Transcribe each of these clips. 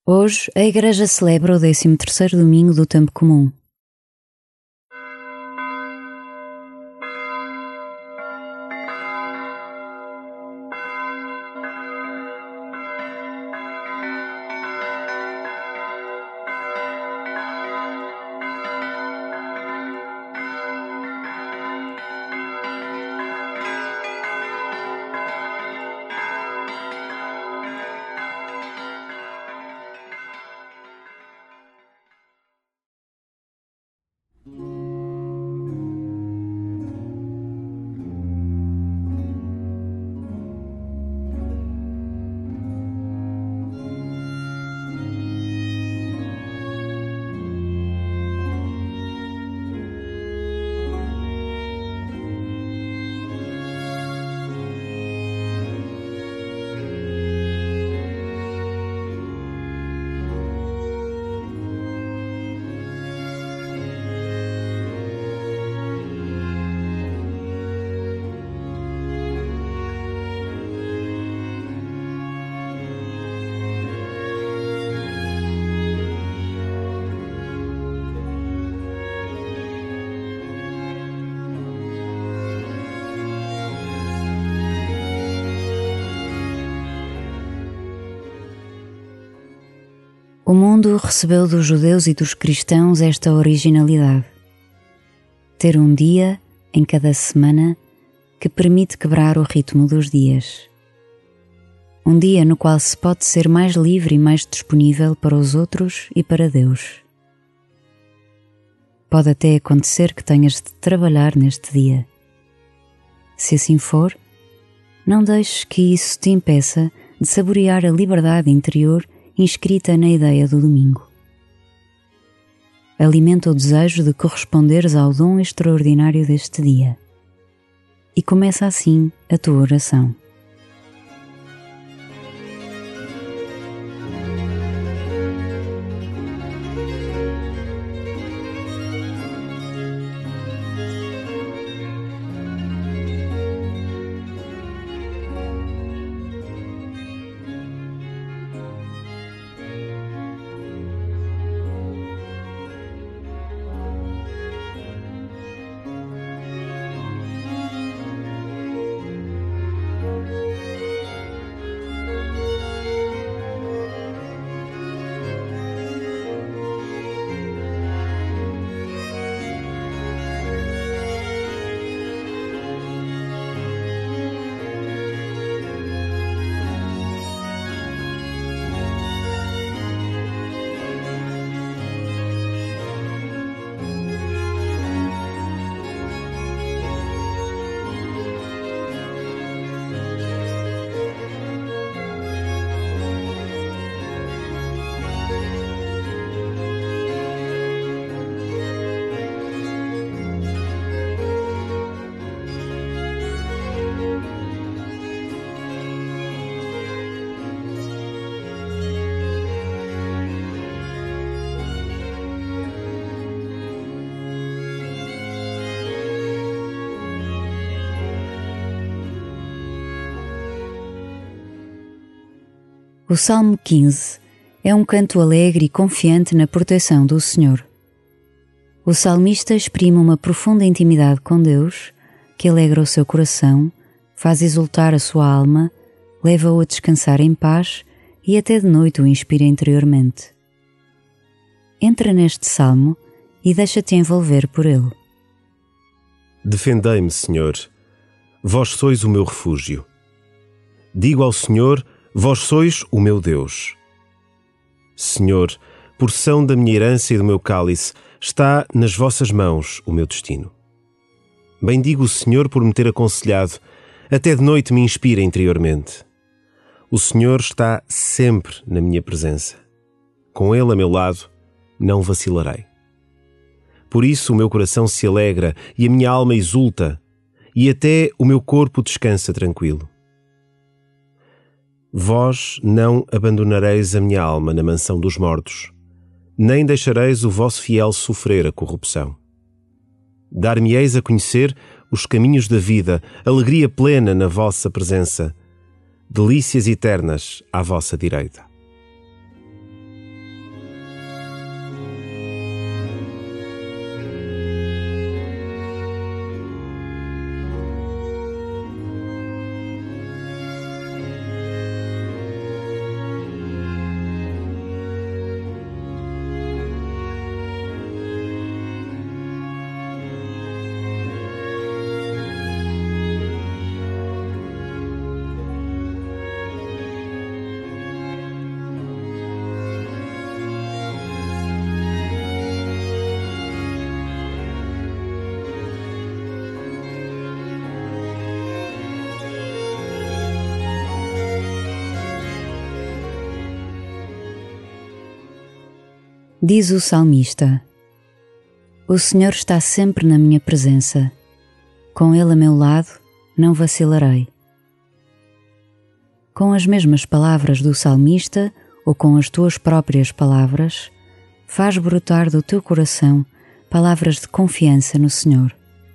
Hoje, a Igreja celebra o 13º domingo do Tempo Comum. O mundo recebeu dos judeus e dos cristãos esta originalidade: ter um dia em cada semana que permite quebrar o ritmo dos dias. Um dia no qual se pode ser mais livre e mais disponível para os outros e para Deus. Pode até acontecer que tenhas de trabalhar neste dia. Se assim for, não deixes que isso te impeça de saborear a liberdade interior inscrita na ideia do domingo. Alimenta o desejo de corresponderes ao dom extraordinário deste dia. E começa assim a tua oração. O Salmo 15 é um canto alegre e confiante na proteção do Senhor. O salmista exprime uma profunda intimidade com Deus, que alegra o seu coração, faz exultar a sua alma, leva-o a descansar em paz e até de noite o inspira interiormente. Entra neste salmo e deixa-te envolver por ele. Defendei-me, Senhor. Vós sois o meu refúgio. Digo ao Senhor: vós sois o meu Deus. Senhor, porção da minha herança e do meu cálice, está nas vossas mãos o meu destino. Bendigo o Senhor por me ter aconselhado, até de noite me inspira interiormente. O Senhor está sempre na minha presença. Com Ele a meu lado, não vacilarei. Por isso o meu coração se alegra e a minha alma exulta, e até o meu corpo descansa tranquilo. Vós não abandonareis a minha alma na mansão dos mortos, nem deixareis o vosso fiel sofrer a corrupção. Dar-me-eis a conhecer os caminhos da vida, alegria plena na vossa presença, delícias eternas à vossa direita. Diz o salmista: O Senhor está sempre na minha presença. Com Ele a meu lado, não vacilarei. Com as mesmas palavras do salmista ou com as tuas próprias palavras, faz brotar do teu coração palavras de confiança no Senhor.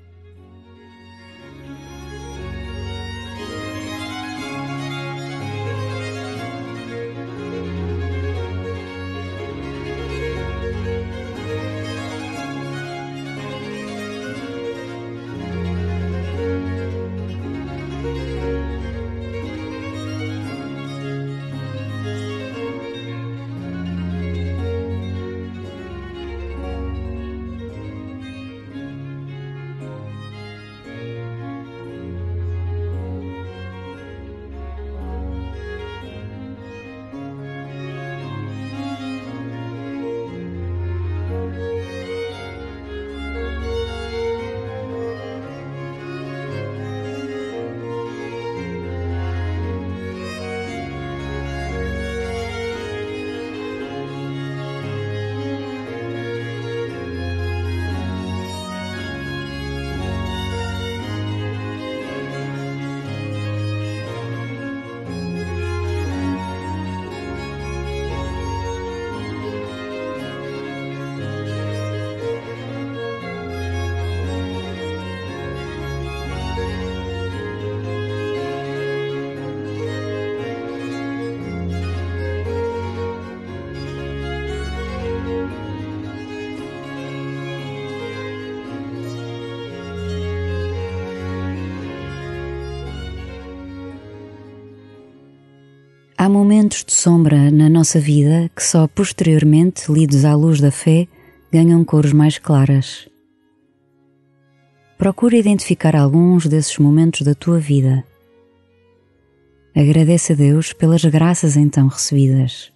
Há momentos de sombra na nossa vida que só posteriormente, lidos à luz da fé, ganham cores mais claras. Procura identificar alguns desses momentos da tua vida. Agradece a Deus pelas graças então recebidas.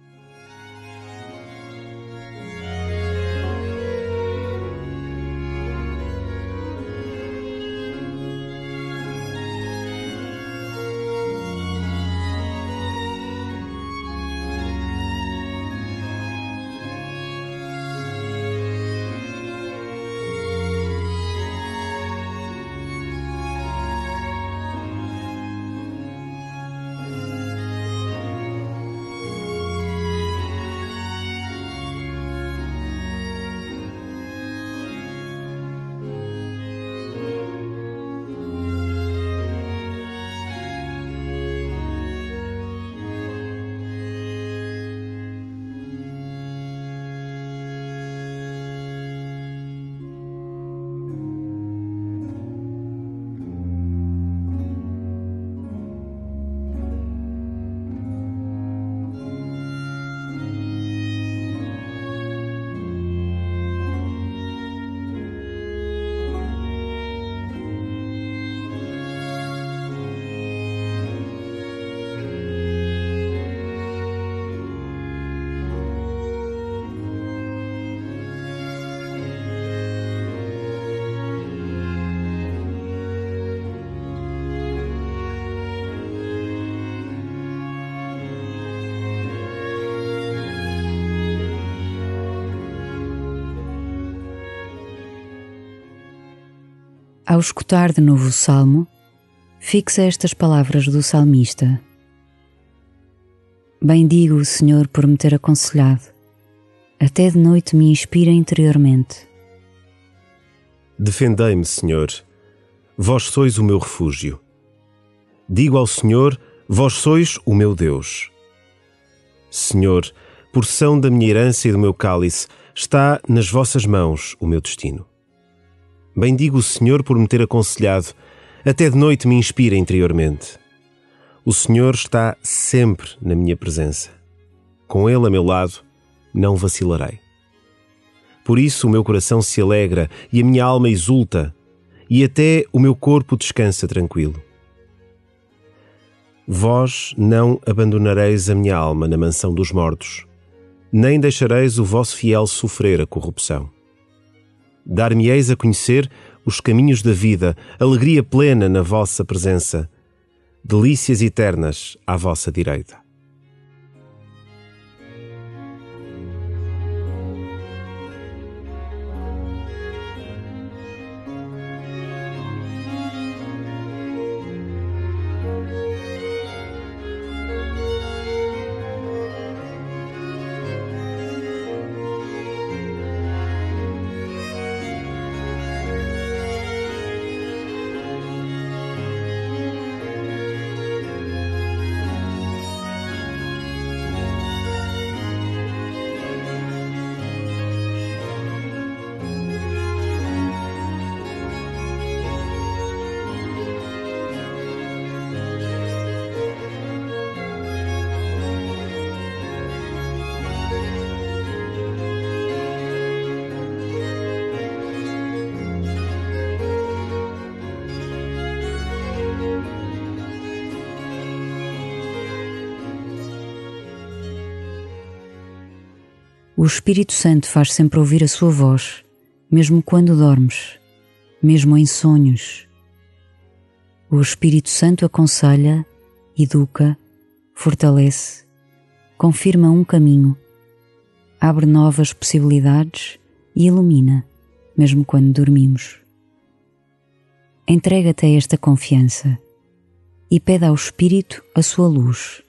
Ao escutar de novo o Salmo, fixa estas palavras do salmista: Bendigo o Senhor por me ter aconselhado, até de noite me inspira interiormente. Defendei-me, Senhor, vós sois o meu refúgio. Digo ao Senhor, vós sois o meu Deus. Senhor, porção da minha herança e do meu cálice, está nas vossas mãos o meu destino. Bendigo o Senhor por me ter aconselhado, até de noite me inspira interiormente. O Senhor está sempre na minha presença. Com Ele a meu lado, não vacilarei. Por isso o meu coração se alegra e a minha alma exulta, e até o meu corpo descansa tranquilo. Vós não abandonareis a minha alma na mansão dos mortos, nem deixareis o vosso fiel sofrer a corrupção. Dar-me-eis a conhecer os caminhos da vida, alegria plena na vossa presença, delícias eternas à vossa direita. O Espírito Santo faz sempre ouvir a sua voz, mesmo quando dormes, mesmo em sonhos. O Espírito Santo aconselha, educa, fortalece, confirma um caminho, abre novas possibilidades e ilumina, mesmo quando dormimos. Entrega-te a esta confiança e pede ao Espírito a sua luz.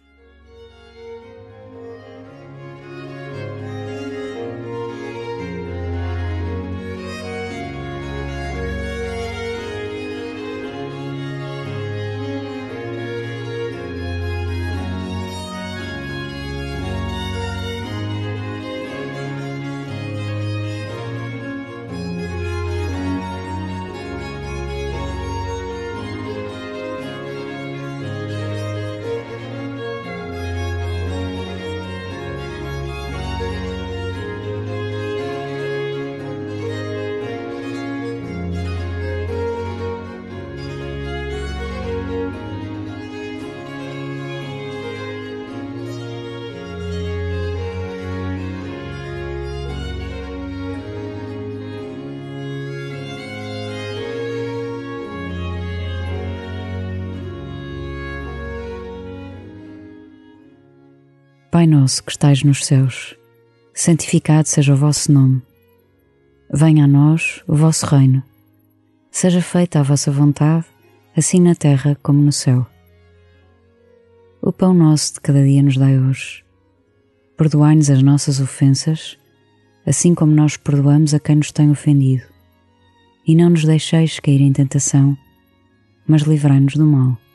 Pai nosso que estais nos céus, santificado seja o vosso nome. Venha a nós o vosso reino. Seja feita a vossa vontade, assim na terra como no céu. O pão nosso de cada dia nos dai hoje. Perdoai-nos as nossas ofensas, assim como nós perdoamos a quem nos tem ofendido. E não nos deixeis cair em tentação, mas livrai-nos do mal.